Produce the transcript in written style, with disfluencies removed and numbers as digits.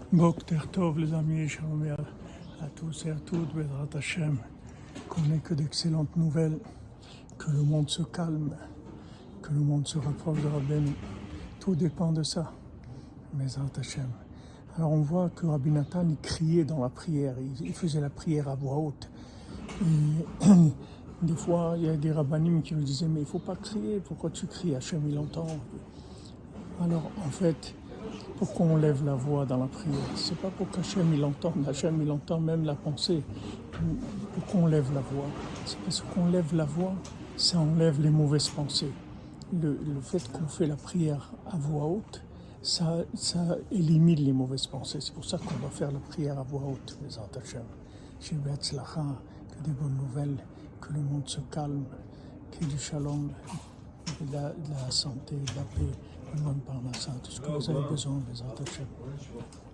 Bokter Tov, les amis, shalom à tous et à toutes, Bezrat Hashem, qu'on ait que d'excellentes nouvelles, que le monde se calme, que le monde se rapproche de Rabbeinu. Tout dépend de ça, Bezrat Hashem. Alors on voit que Rabbi Nathan, il criait dans la prière, il faisait la prière à voix haute. Et des fois, il y a des rabbinim qui lui disaient, mais il ne faut pas crier, pourquoi tu cries, Hashem il entend. Alors en fait, pourquoi on lève la voix dans la prière? C'est pas pour qu'Hachem il entende, Hachem il entend même la pensée. Pourquoi on lève la voix? C'est parce qu'on lève la voix, ça enlève les mauvaises pensées. Le fait qu'on fait la prière à voix haute, ça élimine les mauvaises pensées. C'est pour ça qu'on doit faire la prière à voix haute, les Hachem. Chez Betzlacha, que des bonnes nouvelles, que le monde se calme, qu'il y ait du shalom, de la santé, de la paix, le monde par tout ce que vous avez besoin, les Hachem.